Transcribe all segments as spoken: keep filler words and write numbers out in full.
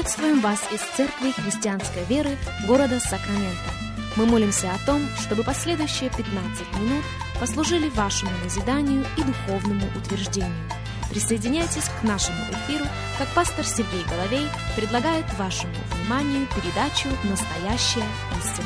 Приветствуем вас из Церкви Христианской Веры города Сакраменто. Мы молимся о том, чтобы последующие пятнадцать минут послужили вашему назиданию и духовному утверждению. Присоединяйтесь к нашему эфиру, как пастор Сергей Головей предлагает вашему вниманию передачу «Настоящая истина».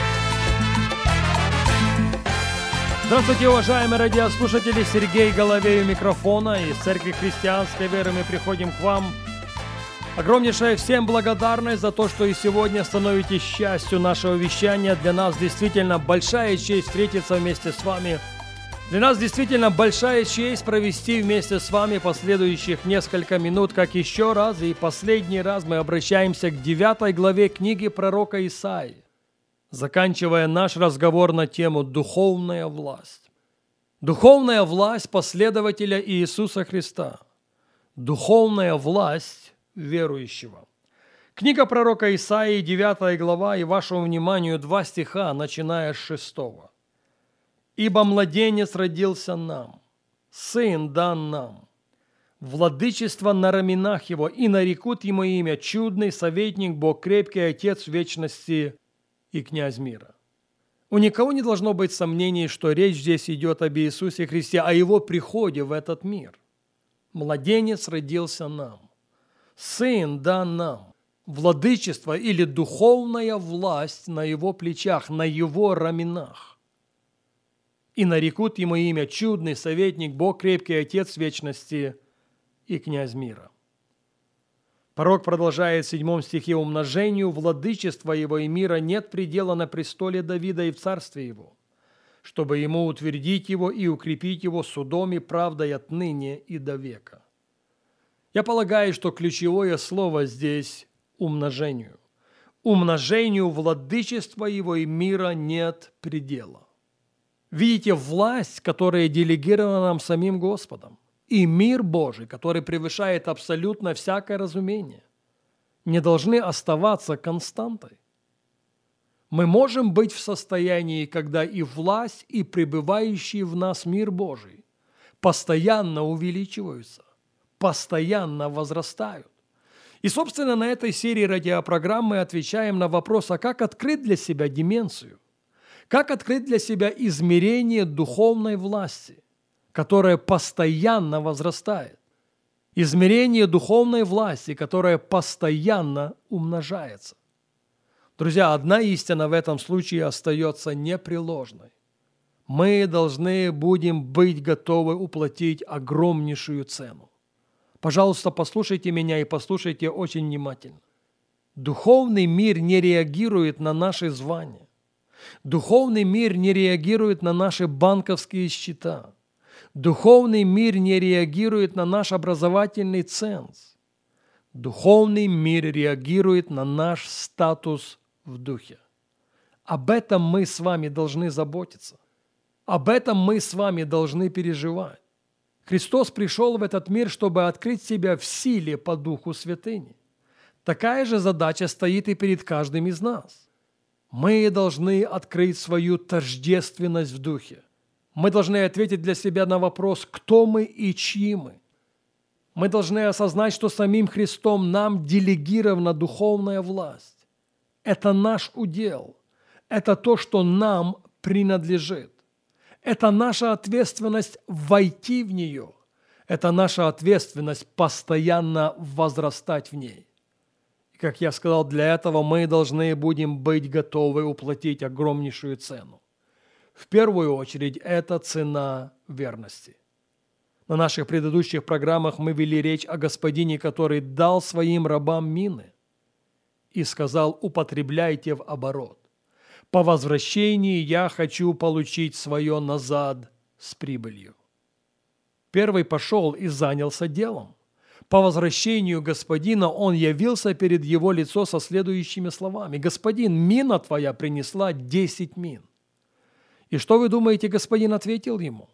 Здравствуйте, уважаемые радиослушатели! Сергей Головей у микрофона. Из Церкви Христианской Веры мы приходим к вам. Огромнейшая всем благодарность за то, что и сегодня становитесь частью нашего вещания. Для нас действительно большая честь встретиться вместе с вами. Для нас действительно большая честь провести вместе с вами последующих несколько минут, как еще раз и последний раз мы обращаемся к девятой главе книги пророка Исаии, заканчивая наш разговор на тему «Духовная власть». Духовная власть последователя Иисуса Христа. Духовная власть верующего. Книга пророка Исаии, девятая глава, и вашему вниманию два стиха, начиная с шестого. «Ибо младенец родился нам, сын дан нам, владычество на раменах его, и нарекут ему имя чудный советник, Бог крепкий, Отец вечности и князь мира». У никого не должно быть сомнений, что речь здесь идет об Иисусе Христе, о Его приходе в этот мир. Младенец родился нам, сын дан нам, владычество или духовная власть на Его плечах, на Его раменах. И нарекут ему имя чудный советник, Бог крепкий, Отец вечности и князь мира. Пророк продолжает в седьмом стихе: «Умножению владычества его и мира нет предела на престоле Давида и в царстве его, чтобы ему утвердить его и укрепить его судом и правдой отныне и до века». Я полагаю, что ключевое слово здесь – умножению. Умножению владычества его и мира нет предела. Видите, власть, которая делегирована нам самим Господом, и мир Божий, который превышает абсолютно всякое разумение, не должны оставаться константой. Мы можем быть в состоянии, когда и власть, и пребывающий в нас мир Божий постоянно увеличиваются, постоянно возрастают. И, собственно, на этой серии радиопрограмм мы отвечаем на вопрос, а как открыть для себя дименсию? Как открыть для себя измерение духовной власти, которая постоянно возрастает? Измерение духовной власти, которая постоянно умножается. Друзья, одна истина в этом случае остается непреложной. Мы должны будем быть готовы уплатить огромнейшую цену. Пожалуйста, послушайте меня и послушайте очень внимательно. Духовный мир не реагирует на наши звания. Духовный мир не реагирует на наши банковские счета. Духовный мир не реагирует на наш образовательный ценз. Духовный мир реагирует на наш статус в духе. Об этом мы с вами должны заботиться. Об этом мы с вами должны переживать. Христос пришел в этот мир, чтобы открыть себя в силе по Духу Святыни. Такая же задача стоит и перед каждым из нас. Мы должны открыть свою тождественность в Духе. Мы должны ответить для себя на вопрос, кто мы и чьи мы. Мы должны осознать, что самим Христом нам делегирована духовная власть. Это наш удел. Это то, что нам принадлежит. Это наша ответственность войти в нее. Это наша ответственность постоянно возрастать в ней. И, как я сказал, для этого мы должны будем быть готовы уплатить огромнейшую цену. В первую очередь, это цена верности. На наших предыдущих программах мы вели речь о Господине, который дал своим рабам мины и сказал: употребляйте в оборот. По возвращении я хочу получить свое назад с прибылью. Первый пошел и занялся делом. По возвращению господина он явился перед его лицо со следующими словами: «Господин, мина твоя принесла десять мин». И что вы думаете, господин ответил ему?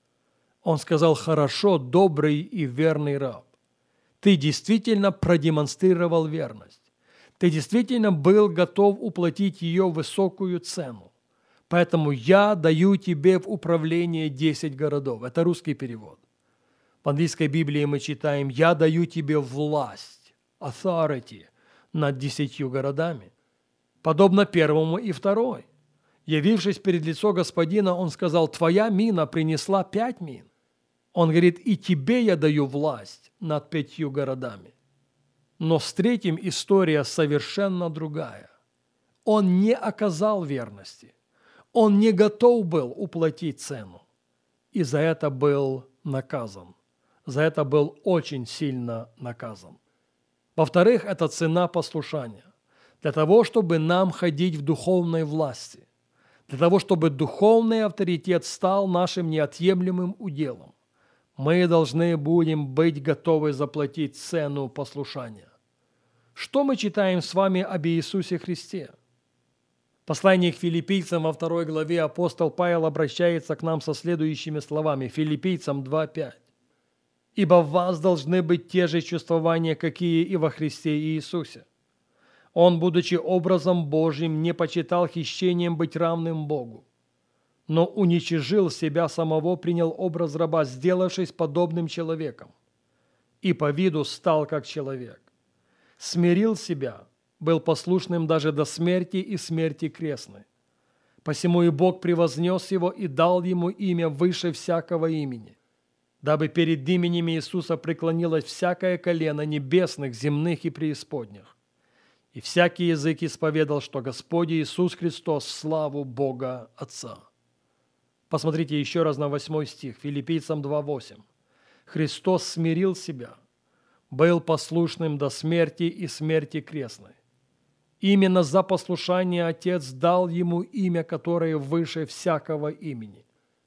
Он сказал: «Хорошо, добрый и верный раб. Ты действительно продемонстрировал верность. Ты действительно был готов уплатить ее высокую цену. Поэтому я даю тебе в управление десять городов». Это русский перевод. В английской Библии мы читаем: «Я даю тебе власть, authority, над десятью городами. Подобно первому и второй. Явившись перед лицо Господина, он сказал: «Твоя мина принесла пять мин». Он говорит: «И тебе я даю власть над пятью городами». Но с третьим история совершенно другая. Он не оказал верности. Он не готов был уплатить цену. И за это был наказан. За это был очень сильно наказан. Во-вторых, это цена послушания. Для того, чтобы нам ходить в духовной власти. Для того, чтобы духовный авторитет стал нашим неотъемлемым уделом. Мы должны будем быть готовы заплатить цену послушания. Что мы читаем с вами об Иисусе Христе? В послании к Филиппийцам во второй главе апостол Павел обращается к нам со следующими словами. Филиппийцам два пять. «Ибо в вас должны быть те же чувствования, какие и во Христе Иисусе. Он, будучи образом Божьим, не почитал хищением быть равным Богу, но уничижил себя самого, принял образ раба, сделавшись подобным человеком, и по виду стал как человек. Смирил себя, был послушным даже до смерти и смерти крестной. Посему и Бог превознес его и дал ему имя выше всякого имени, дабы перед именем Иисуса преклонилось всякое колено небесных, земных и преисподних, и всякий язык исповедал, что Господь Иисус Христос в славу Бога Отца». Посмотрите еще раз на восьмой стих, Филиппийцам два восемь. «Христос смирил себя, был послушным до смерти и смерти крестной. Именно за послушание Отец дал ему имя, которое выше всякого имени.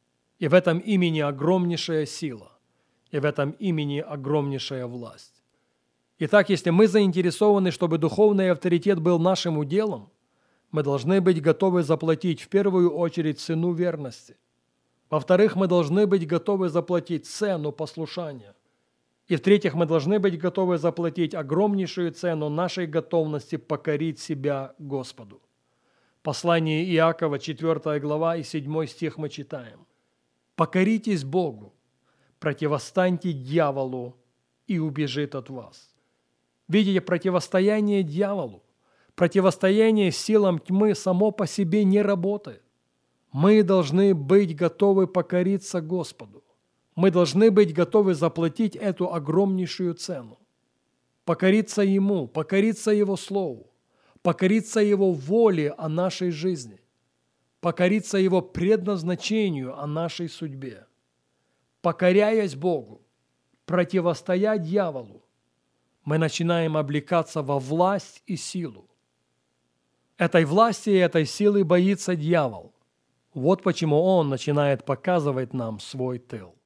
И в этом имени огромнейшая сила, и в этом имени огромнейшая власть». Итак, если мы заинтересованы, чтобы духовный авторитет был нашим уделом, мы должны быть готовы заплатить в первую очередь цену верности. Во-вторых, мы должны быть готовы заплатить цену послушания. И в-третьих, мы должны быть готовы заплатить огромнейшую цену нашей готовности покорить себя Господу. Послание Иакова, четвёртая глава и седьмой стих мы читаем. «Покоритесь Богу, противостаньте дьяволу, и убежит от вас». Видите, противостояние дьяволу, противостояние силам тьмы само по себе не работает. Мы должны быть готовы покориться Господу. Мы должны быть готовы заплатить эту огромнейшую цену. Покориться Ему, покориться Его Слову, покориться Его воле о нашей жизни, покориться Его предназначению о нашей судьбе. Покоряясь Богу, противостоять дьяволу, мы начинаем облекаться во власть и силу. Этой власти и этой силы боится дьявол. Вот почему он начинает показывать нам свой тыл.